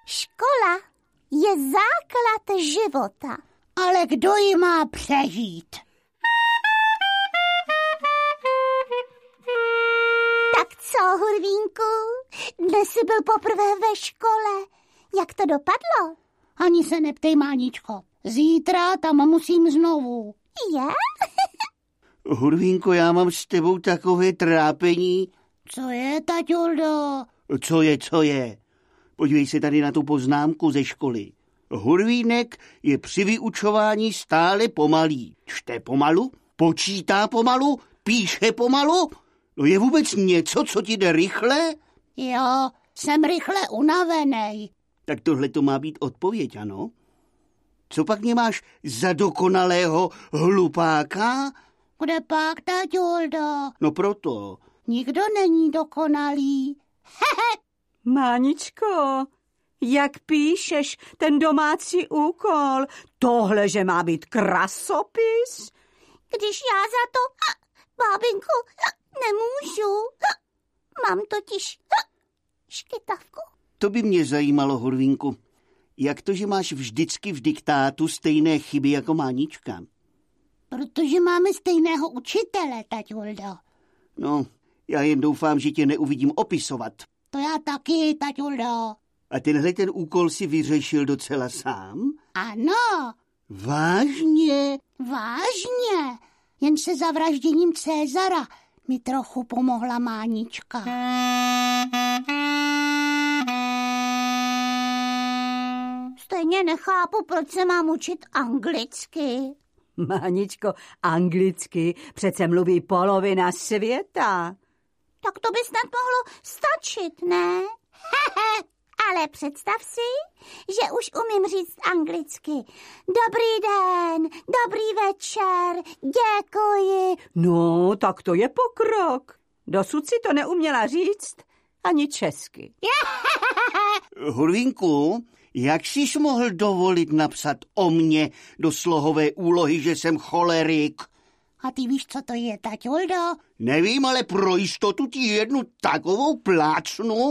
Škola je základ života. Ale kdo ji má přežít? Tak co, Hurvínku? Dnes jsi byl poprvé ve škole. Jak to dopadlo? Ani se neptej, Máničko. Zítra tam musím znovu. Je? Hurvínko, já mám s tebou takové trápení. Co je, taťuldo? Co je? Podívej se tady na tu poznámku ze školy. Hurvínek je při vyučování stále pomalý. Čte pomalu, počítá pomalu, píše pomalu. No je vůbec něco, co ti jde rychle? Jo, jsem rychle unavenej. Tak tohle to má být odpověď, ano? Co pak mě máš za dokonalého hlupáka? Kde pak, taťuldo? No proto. Nikdo není dokonalý. Máničko, jak píšeš ten domácí úkol? Tohle, že má být krasopis? Když já za to, bábinku, nemůžu. Mám totiž škytavku. To by mě zajímalo, Hurvínku. Jak to, že máš vždycky v diktátu stejné chyby jako Mánička? Protože máme stejného učitele, taťuldo. No, já jen doufám, že tě neuvidím opisovat. To já taky, taťuldo. A tenhle ten úkol si vyřešil docela sám? Ano. Vážně? Vážně. Jen se zavražděním Cezara mi trochu pomohla Mánička. Stejně nechápu, proč se mám učit anglicky. Máničko, anglicky přece mluví polovina světa. Tak to by snad mohlo stačit, ne? Ale představ si, že už umím říct anglicky. Dobrý den, dobrý večer, děkuji. No, tak to je pokrok. Dosud si to neuměla říct ani česky. Hurvínku, jak jsi mohl dovolit napsat o mně do slohové úlohy, že jsem cholerik? A ty víš, co to je, taťuldo? Nevím, ale pro jistotu ti jednu takovou plácnu.